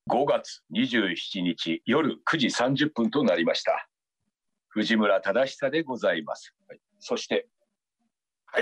5月27日夜9時30分となりました。藤村忠久でございます。はい、そして、 はい、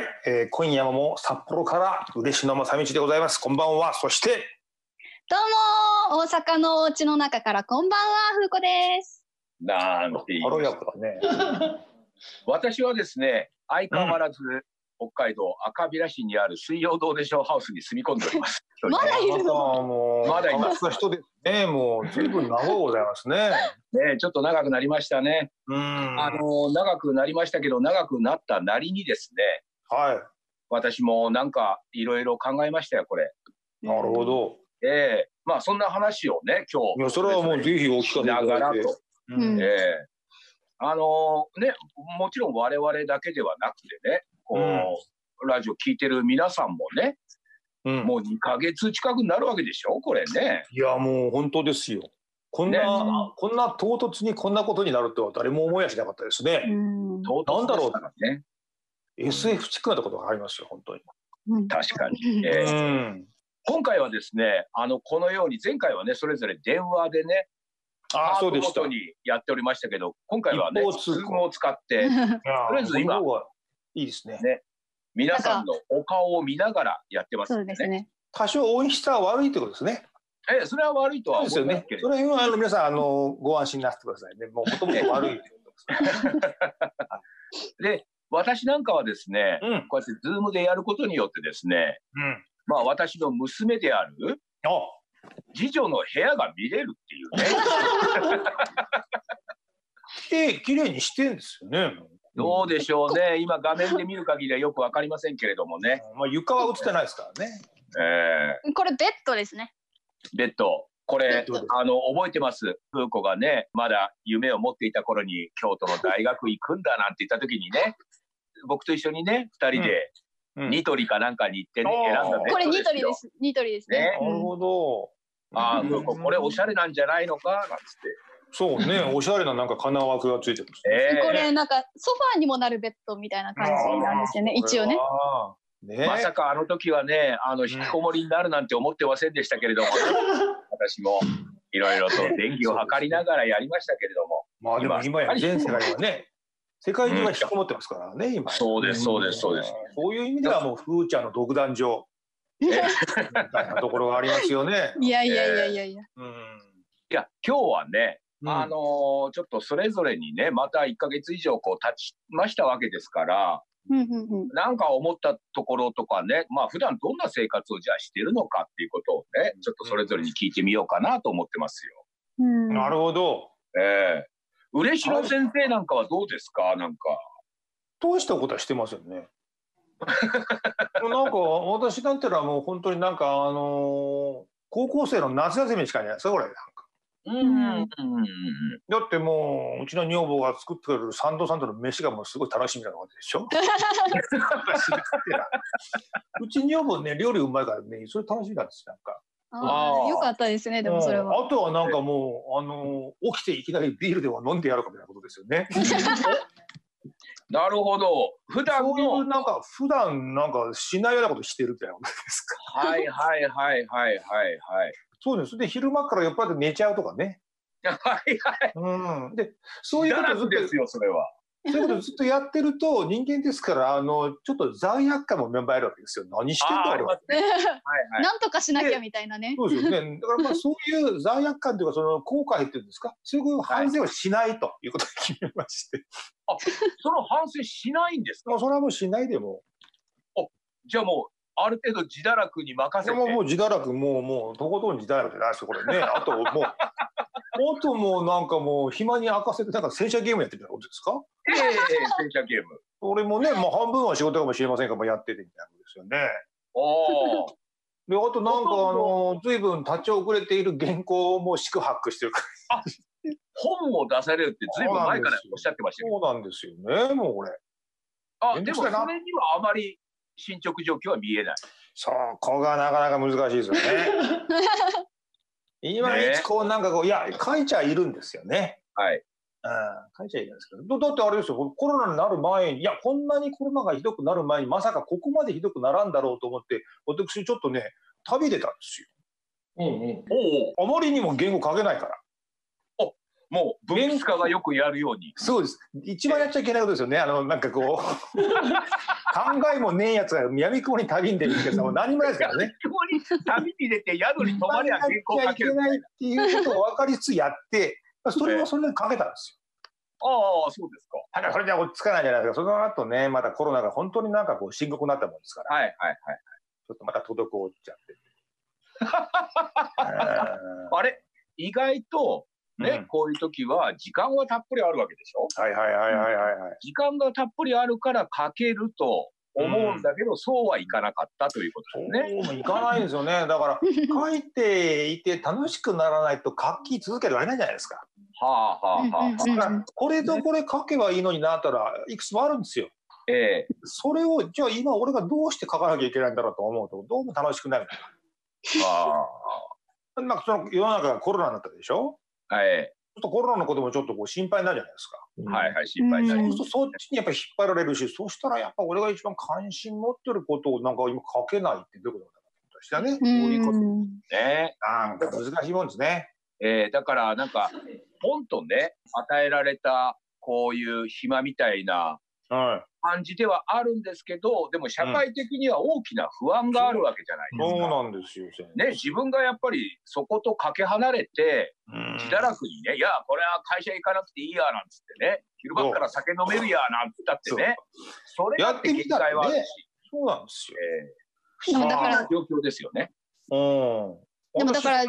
今夜も札幌から嬉野正道でございます。こんばんは。そして、 どうも大阪のお家の中からこんばんは、風子です。 なんて言いました。私はですね、相変わらず、北海道赤平市にある水曜どうでしょうハウスに住み込んでおります。 まだいるの？ まだいます。人ですね。もう随分長ございますね。 ね、ちょっと長くなりましたね。長くなりましたけど、長くなったなりにですね。 はい。 私もなんかいろいろ考えましたよ、これ。 なるほど。 まあそんな話をね、今日。 いや、それはもうぜひお聞かせいただいて。 もちろん我々だけではなくてね、ラジオ聞いてる皆さんもね、もう2ヶ月近くなるわけでしょ、これね。 いや、もう本当ですよ。こんな唐突にこんなことになるとは誰も思いやしなかったですね。なんだろうね。SF チックなことがありますよ、本当に。 確かに。今回はですね、このように前回はね、それぞれ電話でね、 そうでした。 にやっておりましたけど、今回はね、Zoomを使って、とりあえず今、 いいですね。 皆さんのお顔を見ながらやってますね。 多少音質は悪いってことですね。 それは悪いとは思いますけど。 それは皆さんご安心なさってくださいね。もともと悪いってことです。 で、私なんかはですね、こうやってズームでやることによってですね、まあ私の娘である次女の部屋が見れるっていうね。綺麗にしてんですよね。 どうでしょうね。今画面で見る限りはよくわかりませんけれどもね。 まあ床は映ってないですからね。 これベッドですね。 ベッド。これ覚えてます。風子がね、まだ夢を持っていた頃に京都の大学行くんだなんて言った時にね、僕と一緒にね、2人でニトリかなんかに行ってね、選んだベッドですよ。 これニトリです。ニトリですね。 なるほど。 風子これおしゃれなんじゃないのかなんつって。 そうね、おしゃれななんか金枠がついてます。 これなんかソファーにもなるベッドみたいな感じなんですよね、一応ね。 まさかあの時はね、引きこもりになるなんて思ってませんでしたけれども、私もいろいろと電気を図りながらやりましたけれども。 まあでも今や全世界はね、世界中が引きこもってますからね、今。 そうです、そうです、そうです。 そういう意味ではもうふーちゃんの独壇場みたいなところがありますよね。 いやいやいやいやいや。 いや、今日はね、ちょっとそれぞれにね、また1ヶ月以上経ちましたわけですから、なんか思ったところとかね、まあ普段どんな生活をじゃあしてるのかっていうことをね、ちょっとそれぞれに聞いてみようかなと思ってますよ。 なるほど。 嬉野先生なんかはどうですか？なんか。 大したことはしてませんね。なんか私なんてのはもう本当になんか高校生の夏休みしかないですよ、これ。だってもううちの女房が作ってくれるサンドの飯がもうすごい楽しみなわけでしょ。うち女房ね料理うまいからねそれ楽しみなんですよ。なんかよかったですね。でもそれは。 あとはなんかもう起きていきなりビールでも飲んでやるかみたいなことですよね。 なるほど。普段なんかしないようなことしてるみたいなことですか。 はいはいはいはいはいはい。 そうです。で昼間から酔っ払って寝ちゃうとかね。 はいはい。 でそういうことずっとですよそれは。 そういうことずっとやってると人間ですからちょっと罪悪感も芽生えるわけですよ。何してんだろう。 なんとかしなきゃみたいなね。 そうですよね。だからまあそういう罪悪感というかその後悔っていうんですか、そういう反省をしないということを決めまして。 その反省しないんですか？ それはもうしないでも。 じゃあもうある程度自堕落に任せて。 もう自堕落もうとことん自堕落じゃないですよこれね。あともうなんかもう暇に明かせてなんか戦車ゲームやってるみたいなことですか？ 戦車ゲーム。 俺もね、まあ半分は仕事かもしれませんがやっててみたいなことですよね。であとなんか随分立ち遅れている原稿も四苦八苦してるから。 本も出されるって随分前からおっしゃってましたけど。 そうなんですよね、もうこれ。 でもそれにはあまり進捗状況は見えない。 そこがなかなか難しいですよね。今いちなんかいや書いちゃいるんですよね。 はい。 書いちゃいるんですけど、だってあれですよ、コロナになる前に、いやこんなにコロナがひどくなる前にまさかここまでひどくならんだろうと思って、私ちょっとね旅出たんですよ。 あまりにも言語書けないから。 もう文筆家がよくやるように。 そうです。一番やっちゃいけないことですよね。なんかこう考えもねえやつが闇雲に旅に出るってさ、もう何もないですからね。 闇雲に旅に出て宿に泊まりゃ原稿書ける。 やっちゃいけないっていうことを分かりつつやって、それはそれで書けたんですよ。ああ、そうですか。 ただそれじゃ落ち着かないじゃないですか。その後ね、またコロナが本当になんかこう深刻になったもんですから。 はい。 ちょっとまた滞っちゃって。 あれ、意外とね、こういう時は時間はたっぷりあるわけでしょ。 はい。 時間がたっぷりあるから書けると思うんだけど、そうはいかなかったということですね。 そうもいかないですよね。だから書いていて楽しくならないと書き続けられないじゃないですか。これとこれ書けばいいのになったらいくつもあるんですよ。それをじゃあ今俺がどうして書かなきゃいけないんだろうと思うとどうも楽しくない。なんかその世の中がコロナになったでしょ。ちょっとコロナのこともちょっとこう心配になるじゃないですか。 心配になります。 そっちにやっぱり引っ張られるし、そしたらやっぱ俺が一番関心持ってることをなんか今書けないってどういうことだとしたね。そういうことね。なんか難しいもんですね。 だからなんか本とね与えられたこういう暇みたいな感じではあるんですけど、でも社会的には大きな不安があるわけじゃないですか。 そうなんですよ。 ね、自分がやっぱりそことかけ離れて自堕落にね、いやこれは会社行かなくていいやなんつってね、昼間から酒飲めるやなんつったってね、それだって限界はあるし、 そうなんですよ。 不思議な状況ですよね。 でもだから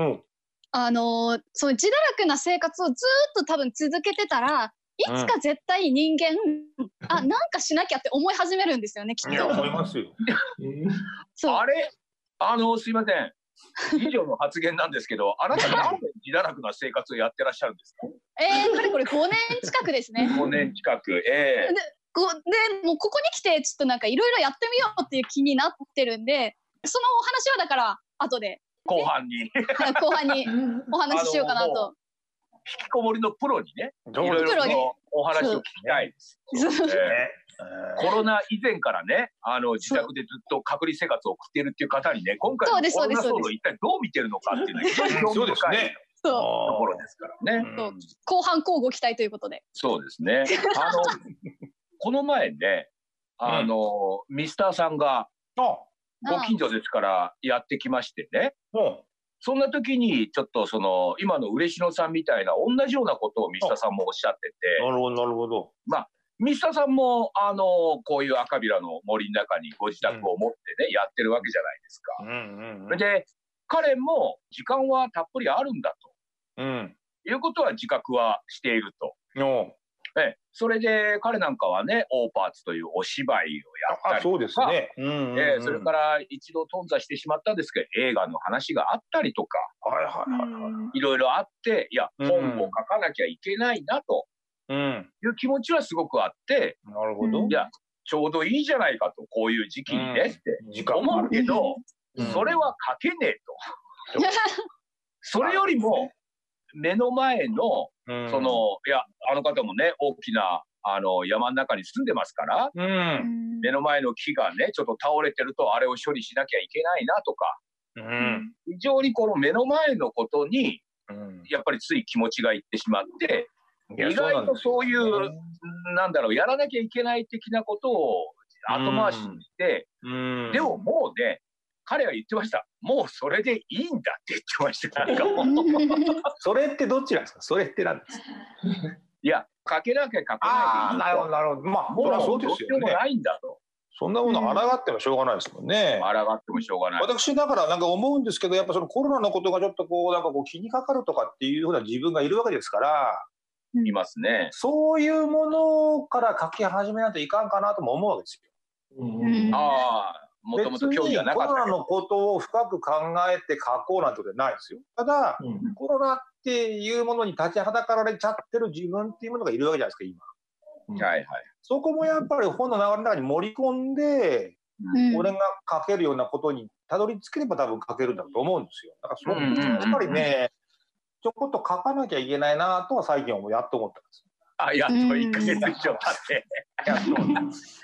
そういう自堕落な生活をずっと多分続けてたら、いつか絶対人間、なんかしなきゃって思い始めるんですよね、きっと。 いや、思いますよ。 あれ、すいません。以上の発言なんですけど、あなたなんで自堕落な生活をやってらっしゃるんですか。 かれこれ5年近くですね。 5年近く。でもうここに来てちょっとなんかいろいろやってみようっていう気になってるんで、そのお話はだから後で後半にお話ししようかなと。 引きこもりのプロにね、いろいろお話を聞きたいです。コロナ以前からね、自宅でずっと隔離生活を送っているっていう方にね、今回のコロナ騒動を一体どう見てるのかっていうのは非常に興味深いところですからね。 後半交互期待ということで。 そうですね。この前ね、ミスターさんがご近所ですからやってきましてね。そんな時にちょっと今の嬉野さんみたいな同じようなことをミスターさんもおっしゃってて。 なるほど。 まあミスターさんもこういう赤平の森の中にご自宅を持ってね、やってるわけじゃないですか。で彼も時間はたっぷりあるんだと、いうことは自覚はしていると。それで彼なんかはね、オーパーツというお芝居をやったりとか、それから一度頓挫してしまったんですけど映画の話があったりとか、いろいろあって、いや本を書かなきゃいけないなという気持ちはすごくあって、いやちょうどいいじゃないかと、こういう時期にねって思うけど、それは書けねえと。それよりも目の前のいやあの方もね大きな山の中に住んでますから、目の前の木がねちょっと倒れてるとあれを処理しなきゃいけないなとか、非常にこの目の前のことにやっぱりつい気持ちがいってしまって、意外とそういうなんだろう、やらなきゃいけない的なことを後回しにして、でももうね彼は言ってました。もうそれでいいんだって言ってました。 それってどっちなんですか。それって何ですか。 いや、書けなきゃ書けないでいいと。 なるほど。まあ、 もうそうですよね。 ないんだと。 そんなもの抗ってもしょうがないですもんね。 抗ってもしょうがない。 私だからなんか思うんですけど、やっぱそのコロナのことがちょっとこうなんかこう気にかかるとかっていうふうな自分がいるわけですから。 いますね。 そういうものから書き始めないといかんかなとも思うわけですよ。もともと興味はなかったけど。コロナのことを深く考えて書こうなんてことはないですよ。ただ、コロナっていうものに立ちはだかられちゃってる自分っていうものがいるわけじゃないですか、今。そこもやっぱり本の流れの中に盛り込んで、俺が書けるようなことにたどり着ければ多分書けるんだと思うんですよ。だからやっぱりね、ちょこっと書かなきゃいけないなとは最近やっと思ったんです。 やっと1ヶ月以上経って。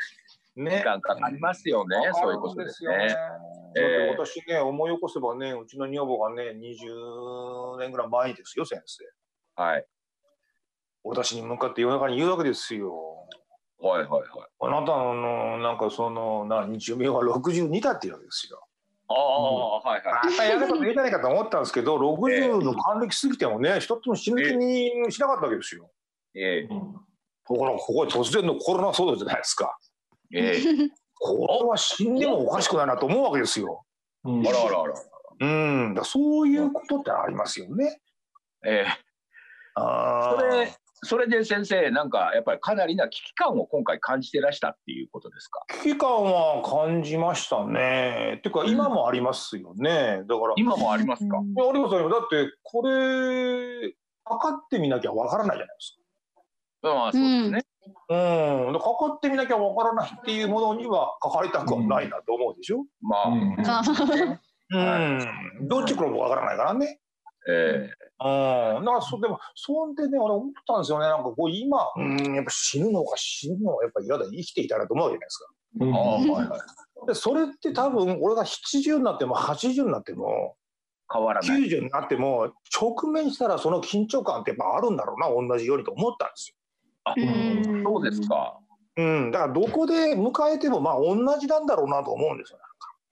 時間かかりますよね、そういうことですね。 私ね、思い起こせばね、うちの女房がね、20年ぐらい前ですよ、先生。 はい。 私に向かって夜中に言うわけですよ。 はいはいはい。 あなたのなんかその寿命は62だって言うわけですよ。 ああ、はいはい。 またやること言えないかと思ったんですけど、60の還暦過ぎてもね、一つも死ぬ気にしなかったわけですよ。ここ突然のコロナ騒動じゃないですか。これは死んでもおかしくないなと思うわけですよ。 あらあらあら。 だそういうことってありますよね。 それで先生、なんかやっぱりかなりな危機感を今回感じてらしたっていうことですか？ 危機感は感じましたね。っていうか今もありますよね。だから今もありますか？ ありますよ。だってこれかかってみなきゃわからないじゃないですか。 まあそうですね。 かかってみなきゃわからないっていうものにはかかりたくはないなと思うでしょ。どっちからもわからないからね。だからでもそんでね、俺思ったんですよね。なんかこう今やっぱ死ぬのがやっぱ嫌だ、生きていたいなと思うじゃないですか。でそれって多分俺が70になっても80になっても変わらない、 90になっても直面したらその緊張感ってやっぱあるんだろうな、同じようにと思ったんですよ。そうですか。 だからどこで迎えてもまあ同じなんだろうなと思うんですよ。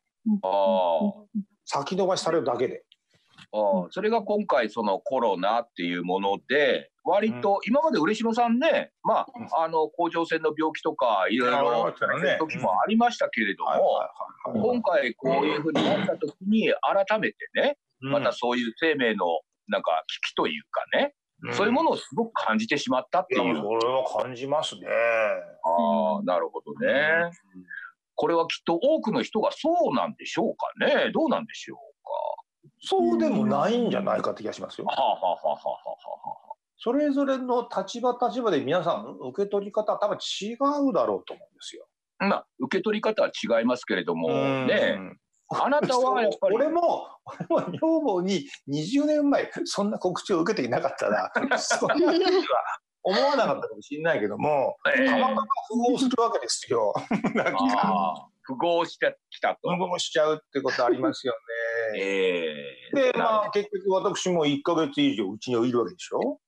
先延ばしされるだけで。 それが今回そのコロナっていうもので割と今まで嬉野さんね、甲状腺の病気とかいろいろ時もありましたけれども、今回こういうふうになった時に改めてね、またそういう生命のなんか危機というかね、そういうものをすごく感じてしまったっていう。 それは感じますね。 なるほどね。これはきっと多くの人がそうなんでしょうかね。どうなんでしょうか。 そうでもないんじゃないかって気がしますよ。それぞれの立場で皆さん受け取り方は多分違うだろうと思うんですよ。 受け取り方は違いますけれどもね。あなたはやっぱり俺も女房に20年前そんな告知を受けていなかったらそんな時は思わなかったかもしれないけども、たまたま符合するわけですよ。 符合してきたと。 符合しちゃうってことありますよね。で結局私も1ヶ月以上うちにいるわけでしょ。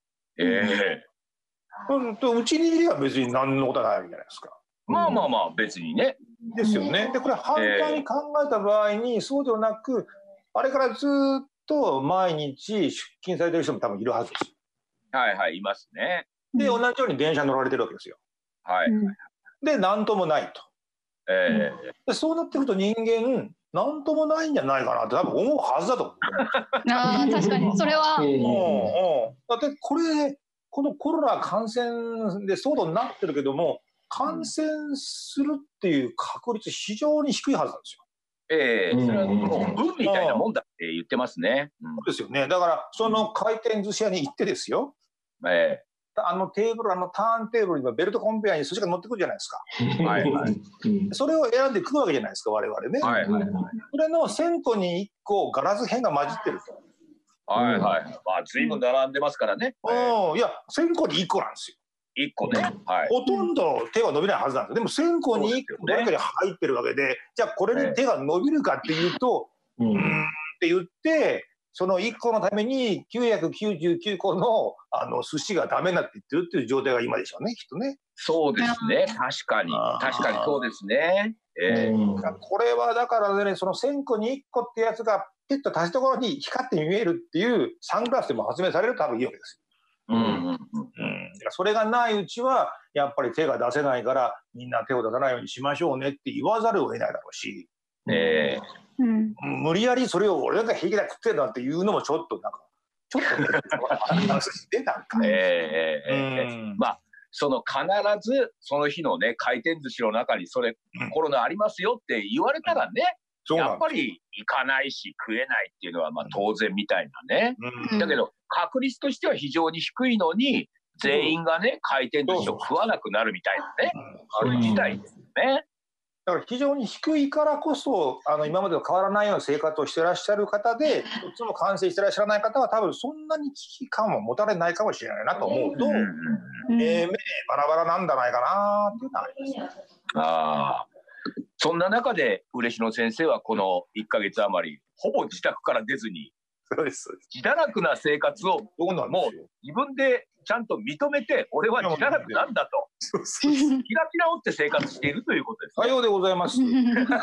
うちにいれば別に何のことはないわけじゃないですか。 別にね。 ですよね。でこれ反対に考えた場合にそうではなく、あれからずっと毎日出勤されてる人も多分いるはずですよ。 いますね。 で同じように電車乗られてるわけですよ。で何ともないと。でそうなってくると人間何ともないんじゃないかなって多分思うはずだと思う。 確かにそれは。 だってこのコロナ感染で騒動になってるけども、感染するっていう確率非常に低いはずなんですよ。 それはもう運みたいなもんだって言ってますね。 そうですよね。だからその回転寿司屋に行ってですよ。テーブルターンテーブルにベルトコンベヤーに寿司が乗ってくるじゃないですか。それを選んで食うわけじゃないですか、我々ね。それの1000個に1個ガラス片が混じってると。 随分並んでますからね。 いや1000個に1個なんですよ。 1個ね。 ほとんど手は伸びないはずなんです。でも1000個に1個どれかに入ってるわけで、じゃあこれに手が伸びるかっていうと、って言って、その1個のために999個の寿司がダメになっていってるっていう状態が今でしょうね、きっとね。 そうですね、確かにそうですね。 これはだからね、その1000個に1個ってやつがピッと足すところに光って見えるっていうサングラスでも発明されると多分いいわけですよ。それがないうちはやっぱり手が出せないからみんな手を出さないようにしましょうねって言わざるを得ないだろうし、無理やりそれを俺が平気だ食ってんだっていうのもちょっとありますしね、なんか。 その必ずその日のね回転寿司の中にコロナありますよって言われたらね、やっぱり行かないし食えないっていうのは当然みたいなね。だけど確率としては非常に低いのに全員がね回転寿司を食わなくなるみたいなね、ある事態ですよね。 だから非常に低いからこそ今までと変わらないような生活をしてらっしゃる方で、いつも感染してらっしゃらない方は多分そんなに危機感を持たれないかもしれないなと思うと、バラバラなんじゃないかなっていうのはあります。 ああ、そんな中で嬉野先生はこの1ヶ月余りほぼ自宅から出ずに自堕落な生活をもう自分でちゃんと認めて、俺は自堕落なんだと開き直って生活しているということです、 ね。さようでございます。い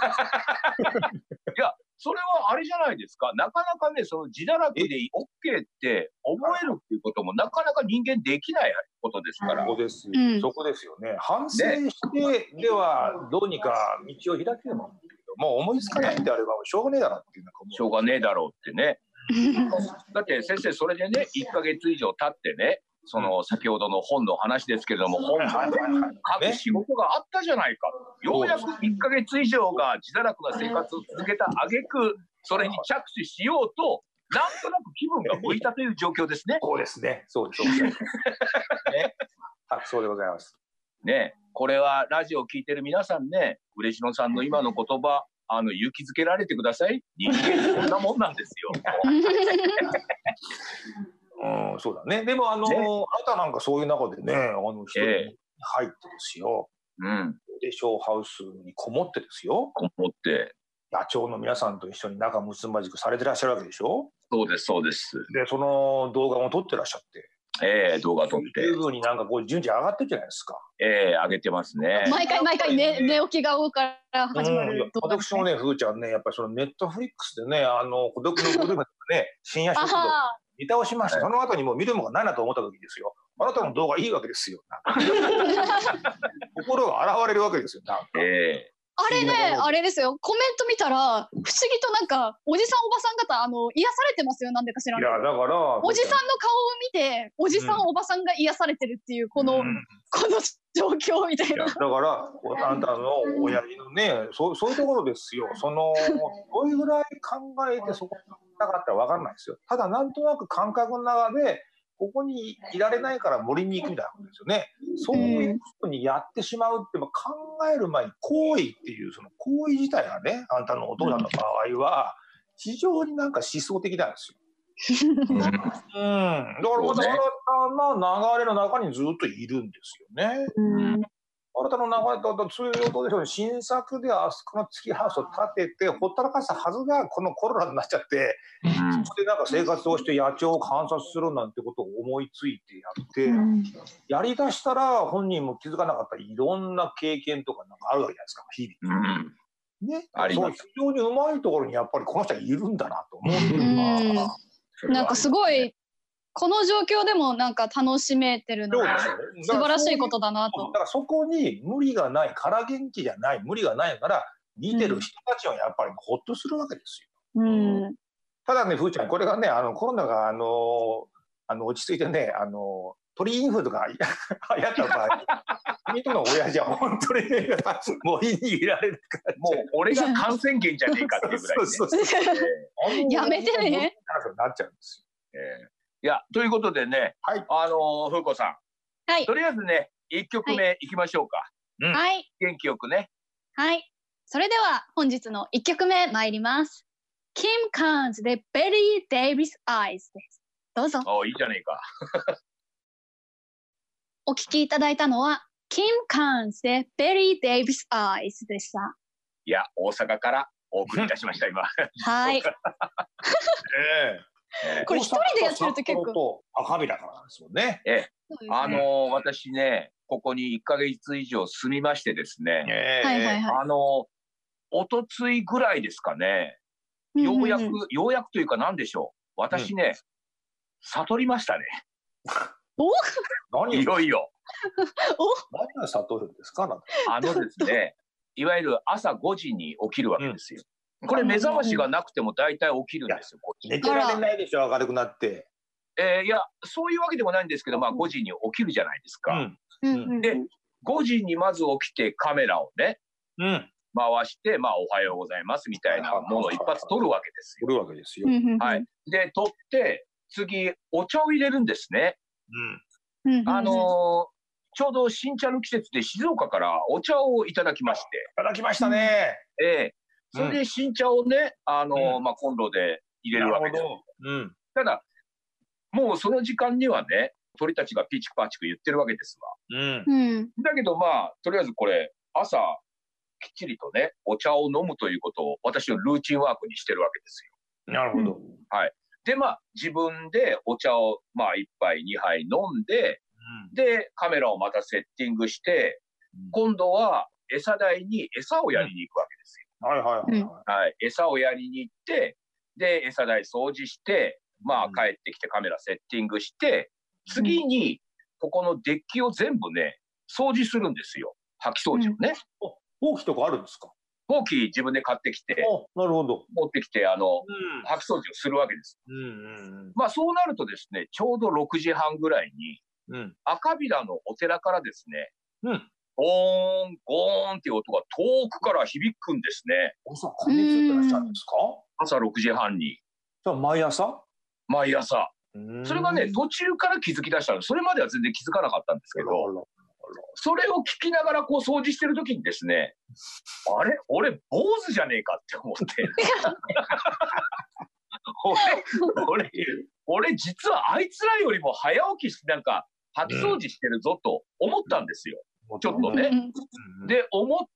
や、それはあれじゃないですか。なかなかね、その自堕落で OK って思えるっていうこともなかなか人間できないことですから。 そこです、そこですよね。反省してではどうにか道を開けるの。もう思いつかないんであればしょうがねえだろうっていう、 しょうがねえだろうってね。だって先生、それでね、1ヶ月以上経ってね、その先ほどの本の話ですけれども、本の書く仕事があったじゃないか、ようやく1ヶ月以上が自堕落な生活を続けた挙句、それに着手しようと、なんとなく気分が向いたという状況ですね。 そうですね、そうです。そうでございます。 ね、これはラジオを聞いてる皆さんね、嬉野さんの今の言葉、勇気づけられてください。人間こんなもんなんですよ。 そうだね。でもあなたなんかそういう中でね、一人に入ってですよ。でショーハウスにこもってですよ。 こもって。 野鳥の皆さんと一緒に仲睦まじくされてらっしゃるわけでしょ。 そうです、そうです。 で、その動画も撮ってらっしゃって。 動画撮って。 YouTubeになんかこう順次上がってるじゃないですか。 上げてますね。 毎回寝起きが多から始まる動画、 私もね、ふーちゃんね、やっぱりそのネットフリックスでね、孤独のグルメとかね、深夜食堂見倒しました。その後にもう見るものがないなと思った時ですよ。あなたの動画いいわけですよ。心が現れるわけですよ。 あれね、あれですよ。コメント見たら、不思議となんか、おじさんおばさん方、癒されてますよ。なんでか知らない。 いや、だから、 おじさんの顔を見て、おじさん、おばさんが癒されてるっていう、この状況みたいな。 だから、あんたの親父のね、そういうところですよ。どれぐらい考えてそこになかったら分かんないですよ。ただ、なんとなく感覚の中で、ここにいられないから森に行くみたいなことですよね。そういうふうにやってしまうって考える前に行為っていうその行為自体がね、あんたのお父さんの場合は非常になんか思想的なんですよ。だからまた新たな流れの中にずっといるんですよね。新たな流れとそういうことでしょうね。新作であそこのツリーハウスを建ててほったらかしたはずがこのコロナになっちゃって、そしてなんか生活をして野鳥を観察するなんてことを思いついてやって、やりだしたら本人も気づかなかったいろんな経験とかなんかあるわけじゃないですか、日々。ね、そう非常にうまいところにやっぱりこの人はいるんだなと思う。 なんかすごいこの状況でもなんか楽しめてるのが素晴らしいことだなと。 だからそこに無理がない、空元気じゃない、無理がないから見てる人たちはやっぱりほっとするわけですよ。ただね、ふーちゃん、これがね、コロナが落ち着いてね、鳥インフルとか流行った場合、君との親父は本当にね、森にいられるから、 もう俺が感染源じゃねえかっていうぐらいね。 やめてね。 なっちゃうんですよ。 いや、ということでね、風子さん、とりあえずね、1曲目いきましょうか。 はい。 元気よくね。 はい。それでは本日の1曲目参ります。キム・カーンズでベリー・デイビス・アイズです。どうぞ。 いいじゃねえか。 お聴きいただいたのは、キム・カーンズでベリー・デイビス・アイズでした。 いや、大阪からお送りいたしました、今。 はい。これ一人でやってると結構赤びらからなんですもんね。 私ね、ここに1ヶ月以上住みましてですね、おとついぐらいですかね、ようやくというか何でしょう、私ね、悟りましたね。いよいよ。 何が悟るんですか？ ですね、いわゆる朝5時に起きるわけですよ。これ目覚ましがなくても大体起きるんですよ。 寝てられないでしょ、明るくなって。 いや、そういうわけでもないんですけど、5時に起きるじゃないですか。で、5時にまず起きてカメラをね、回して、おはようございますみたいなものを一発撮るわけですよ。 撮るわけですよ。 はい。で、撮って、次、お茶を入れるんですね。ちょうど新茶の季節で静岡からお茶をいただきまして。 いただきましたね。 それで新茶をね、コンロで入れるわけです。ただ、もうその時間にはね、鳥たちがピチパチク言ってるわけですわ。だけどとりあえずこれ、朝きっちりとね、お茶を飲むということを私のルーチンワークにしてるわけですよ。なるほど。 はい。で、自分でお茶を、1杯、2杯飲んで、で、カメラをまたセッティングして、今度は餌台に餌をやりに行くわけですよ。 はいはいはい。 はい。餌をやりに行って、で、餌台掃除して、帰ってきてカメラセッティングして、次に、ここのデッキを全部ね、掃除するんですよ。掃き掃除をね。 ほうきとかあるんですか？ ほうき自分で買ってきて、 なるほど。 持ってきて、掃き掃除をするわけです。そうなるとですね、ちょうど6時半ぐらいに、赤平のお寺からですね、ゴーン、ゴーンっていう音が遠くから響くんですね。 朝、鐘ついてらっしゃるんですか？ 朝6時半に。 毎朝？ 毎朝。それがね、途中から気づき出したの。それまでは全然気づかなかったんですけど、それを聞きながらこう掃除してるときにですね、あれ俺、坊主じゃねえかって思って。俺、実はあいつらよりも早起きして、なんか、掃き掃除してるぞと思ったんですよ。ちょっとね。で、思って、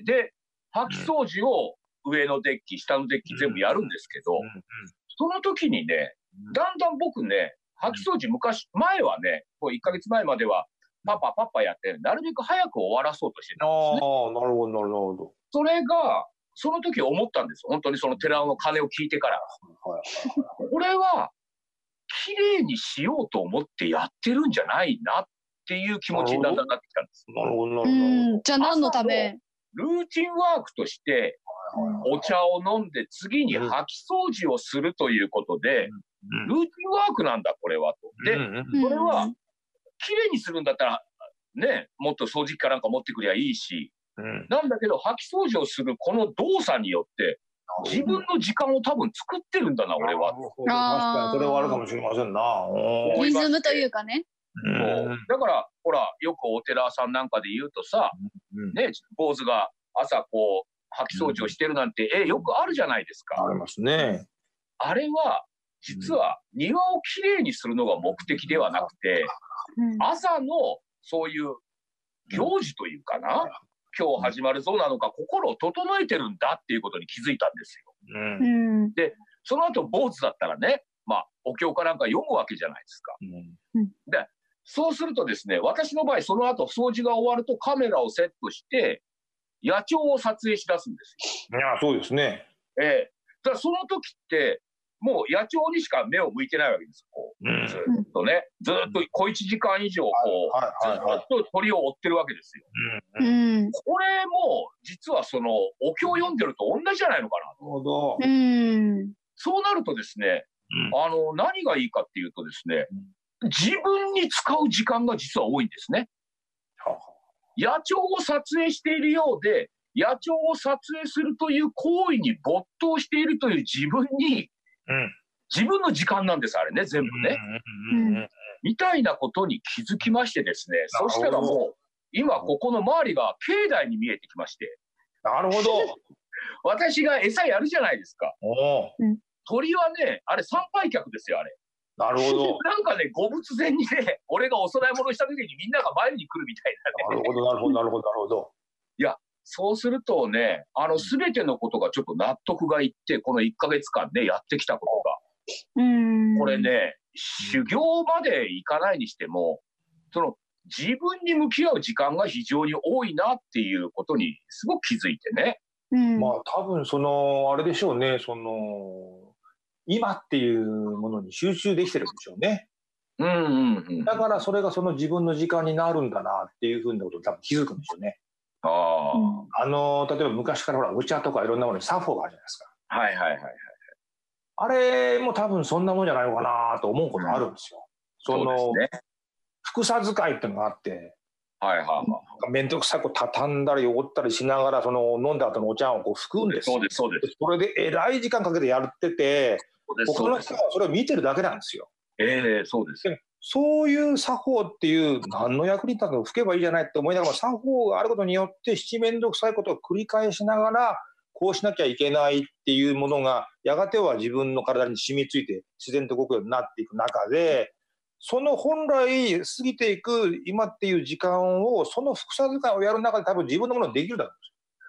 で、掃き掃除を上のデッキ、下のデッキ全部やるんですけど、その時にね、だんだん僕ね、掃き掃除前はね、1ヶ月前までは、パパやって、なるべく早く終わらそうとしてたんですね。 なるほど、なるほど。 それが、その時思ったんです。本当にその寺尾の鐘を聞いてから。これは、綺麗にしようと思ってやってるんじゃないなっていう気持ちにだんだんなってきたんです。 なるほど、なるほど。 じゃあ何のため？ ルーチンワークとして、お茶を飲んで次に掃き掃除をするということで、ルーチンワークなんだ、これはと。で、これは、綺麗にするんだったら、ね、もっと掃除機かなんか持ってくりゃいいし、なんだけど、掃き掃除をするこの動作によって、自分の時間を多分作ってるんだな、俺は。 確かに、それはあるかもしれませんな。 リズムというかね。 だから、ほら、よくお寺さんなんかで言うとさ、ね、坊主が朝こう、掃き掃除をしてるなんて、よくあるじゃないですか。 ありますね。 あれは、実は庭をきれいにするのが目的ではなくて、朝のそういう行事というかな、今日始まるぞなのか、心を整えてるんだっていうことに気づいたんですよ。で、その後坊主だったらね、お経かなんか読むわけじゃないですか。で、そうするとですね、私の場合、その後掃除が終わるとカメラをセットして、野鳥を撮影し出すんですよ。 いや、そうですね。 だからその時って、もう野鳥にしか目を向いてないわけです。こうずっとね、ずっと小1時間以上こう、ずっと鳥を追ってるわけですよ。これも実はそのお経を読んでると同じじゃないのかなと。そうなるとですね、何がいいかっていうとですね、自分に使う時間が実は多いんですね。野鳥を撮影しているようで、野鳥を撮影するという行為に没頭しているという自分に、自分の時間なんです、あれね、全部ね。みたいなことに気づきましてですね、そしたらもう、今ここの周りが境内に見えてきまして。 なるほど。 私が餌やるじゃないですか。鳥はね、あれ参拝客ですよ、あれ。 なるほど。 なんかね、ご仏前にね、俺がお供え物した時にみんなが前に来るみたいなね。 なるほど、なるほど、なるほど、なるほど。 いや、そうするとね、すべてのことがちょっと納得がいって、この1ヶ月間ね、やってきたことが。これね、修行までいかないにしても、その、自分に向き合う時間が非常に多いなっていうことにすごく気づいてね。 多分あれでしょうね、今っていうものに集中できてるんでしょうね。だからそれがその自分の時間になるんだなっていうふうなことに多分気づくんでしょうね。例えば昔からほらお茶とかいろんなものに作法があるじゃないですか。あれも多分そんなもんじゃないのかなと思うことあるんですよ。服さ使いっていうのがあって、面倒くさく畳んだり汚ったりしながら飲んだ後のお茶をこう拭くんです。それでえらい時間かけてやってて、他の人はそれを見てるだけなんですよ。 そうです。 そういう作法っていう何の役に立つの、吹けばいいじゃないって思いながら作法があることによって七面倒くさいことを繰り返しながらこうしなきゃいけないっていうものがやがては自分の体に染みついて自然と動くようになっていく中で、その本来過ぎていく今っていう時間をその服さ使いをやる中で多分自分のものができるだろ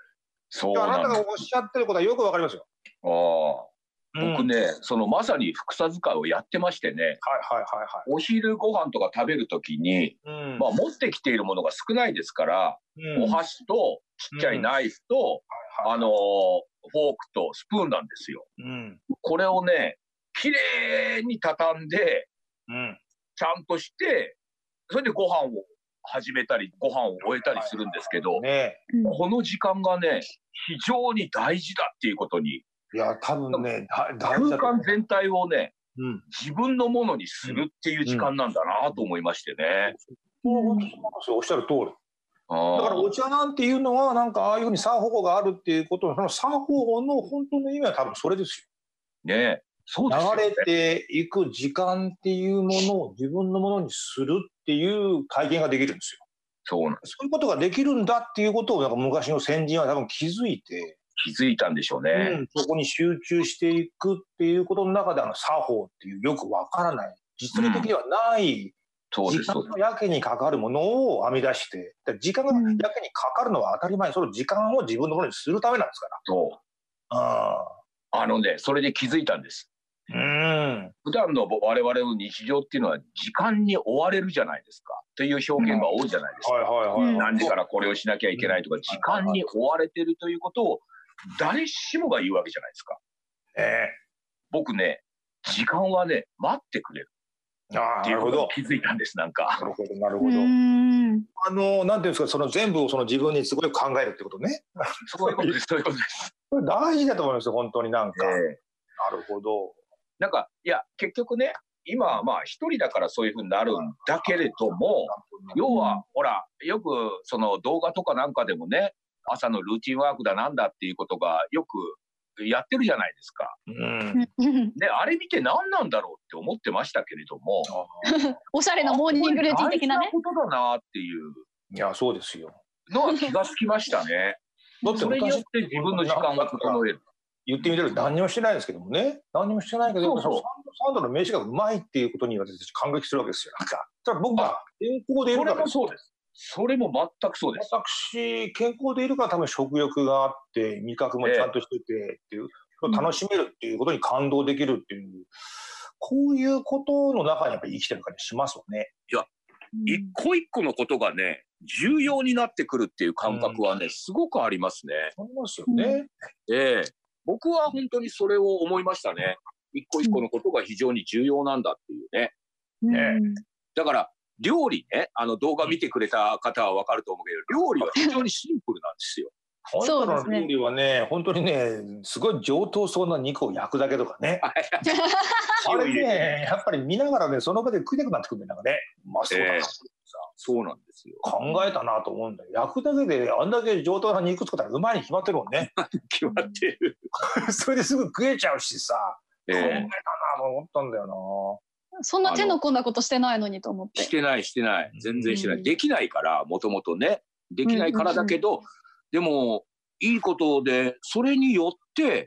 そうなんです。 あなたがおっしゃってることはよくわかりますよ。 僕ね、そのまさに副作使いをやってましてね、お昼ご飯とか食べるときに、まあ、持ってきているものが少ないですから、お箸とちっちゃいナイフと、フォークとスプーンなんですよ。これをね、きれいに畳んで、ちゃんとして、それでご飯を始めたり、ご飯を終えたりするんですけど、この時間がね、非常に大事だっていうことに、 いや、多分ね、 空間全体をね、自分のものにするっていう時間なんだなと思いましてね。 おっしゃる通り。だからお茶なんていうのは、なんかああいうふうに作法があるっていうことの、その作法の本当の意味は多分それですよ。ね、そうですよね。 流れていく時間っていうものを自分のものにするっていう体験ができるんですよ。 そうなんです。 そういうことができるんだっていうことを、なんか昔の先人は多分気づいたんでしょうね。 そこに集中していくっていうことの中で、作法っていうよくわからない、実利的ではない、時間のやけにかかるものを編み出して、時間がやけにかかるのは当たり前、その時間を自分のものにするためなんですから。 それで気づいたんです。普段の我々の日常っていうのは時間に追われるじゃないですかという表現が多いじゃないですか。何時からこれをしなきゃいけないとか、時間に追われてるということを誰しもが言うわけじゃないですか。僕ね、時間はね、待ってくれるっていうことに気づいたんです。なんか。 なるほど、なるほど。なんていうんですか、その全部をその自分にすごい考えるってことね。 そういうことです、そういうことです。 これ大事だと思いますよ、本当になんか。なるほど。 なんか、いや、結局ね、今はまあ一人だからそういうふうになるんだけれども、要は、ほら、よくその動画とかなんかでもね、朝のルーチンワークだなんだっていうことがよくやってるじゃないですか。で、あれ見て何なんだろうって思ってましたけれども、 おしゃれなモーニングルーティン的なね。 大事なことだなっていう。 いや、そうですよ。 のは気がつきましたね。それによって自分の時間を整える。 言ってみたら何にもしてないですけどもね。何にもしてないけど、サンドの名刺がうまいっていうことに私たち感激するわけですよ。なんか。僕が健康でいるから。 それもそうです。それも全くそうです。 私、健康でいるから多分食欲があって、味覚もちゃんとしててっていう、楽しめるっていうことに感動できるっていう、こういうことの中にやっぱり生きてる感じしますよね。 いや、一個一個のことがね、重要になってくるっていう感覚はね、すごくありますね。 ありますよね。 僕は本当にそれを思いましたね。一個一個のことが非常に重要なんだっていうね。だから、料理ね、動画見てくれた方は分かると思うけど、料理は非常にシンプルなんですよ。 そうですね。料理はね、本当にね、すごい上等そうな肉を焼くだけとかね。あれね、やっぱり見ながらね、その場で食いたくなってくるんだよね。まあそうだな。 そうなんですよ。 考えたなと思うんだよ。焼くだけであんだけ上等な肉作ったらうまいに決まってるもんね。 決まってる。 それですぐ食えちゃうしさ。考えたなと思ったんだよな。 そんな手の込んだことしてないのにと思って。 してない、してない。全然してない。できないから、もともとね。できないからだけど、でも、いいことで、それによって、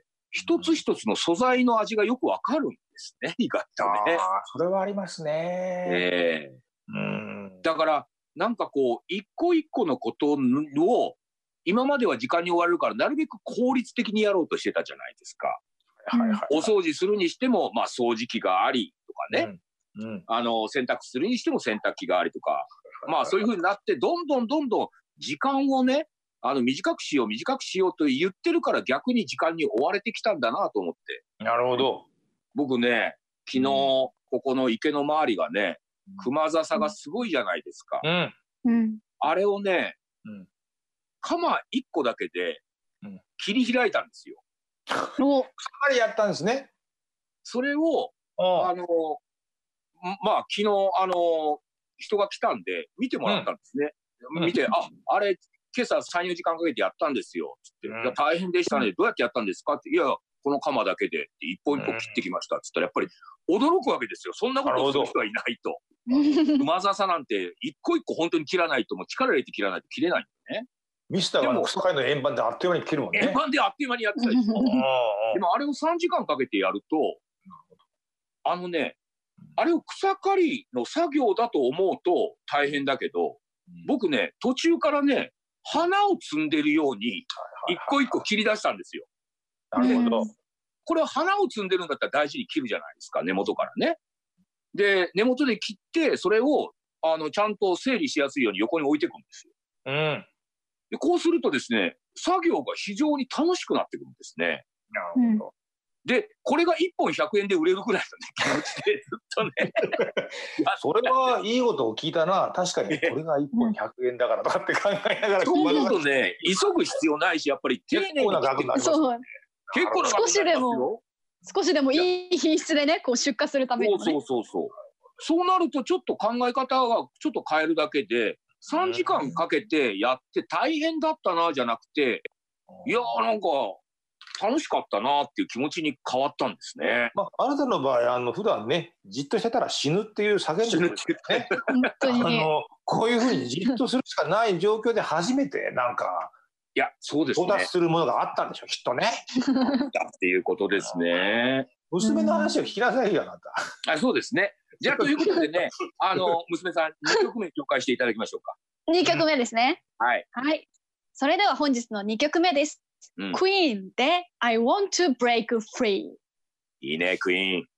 一つ一つの素材の味がよくわかるんですね、意外とね。 それはありますね。 だから、なんかこう、一個一個のことを、今までは時間に追われるから、なるべく効率的にやろうとしてたじゃないですか。お掃除するにしても、まあ、掃除機がありとかね。洗濯するにしても洗濯機がありとか。まあ、そういうふうになって、どんどん時間をね、短くしようと言ってるから逆に時間に追われてきたんだなと思って。 なるほど。 僕ね、昨日、ここの池の周りがね、クマザサがすごいじゃないですか。あれをね、鎌1個だけで切り開いたんですよ。 かなりやったんですね。 それを、まあ、昨日、人が来たんで、見てもらったんですね。見て、あれ、今朝3、4時間かけてやったんですよ。つって、いや、大変でしたね。どうやってやったんですかって。いや、この鎌だけで、一本一本切ってきました。つったら、やっぱり驚くわけですよ。そんなことをする人はいないと。馬笹なんて、一個一個本当に切らないと、もう力入れて切らないと切れないんだよね。 ミスターがクソ界の円盤であっという間に切るもんね。 円盤であっという間にやってたでしょ。でもあれを3時間かけてやると、あれを草刈りの作業だと思うと大変だけど、僕ね、途中からね、 花を摘んでるように一個一個切り出したんですよ。 なるほど。 これは花を摘んでるんだったら大事に切るじゃないですか、根元からね。で、根元で切って、それをちゃんと整理しやすいように横に置いていくんですよ。でこうするとですね、作業が非常に楽しくなってくるんですね。 なるほど。 で、これが1本100円で売れるぐらいの、ね、気持ちでずっとね。 それはいいことを聞いたな。確かにこれが1本100円だからとかって考えながら。 そう思うとね、急ぐ必要ないし、やっぱり丁寧に結構な額になりますよね。 結構な額になりますよ。 少しでもいい品質でね、こう出荷するために、ね。 そうなるとちょっと考え方がちょっと変えるだけで、3時間かけてやって大変だったなじゃなくて、いやーなんか楽しかったなっていう気持ちに変わったんですね。 まあ、あなたの場合普段ね、じっとしてたら死ぬっていう叫んでるんですね。 本当にこういうふうにじっとするしかない状況で初めてなんか。 いや、そうですね。 到達するものがあったんでしょう、きっとね。 っていうことですね。 娘の話を聞きなさいよ、あなた。 そうですね。じゃあということでね、娘さん2曲目紹介していただきましょうか。 2曲目ですね。 はい。 はい。それでは本日の2曲目です。Queen で I Want to Break Free。 いいね、クイーン。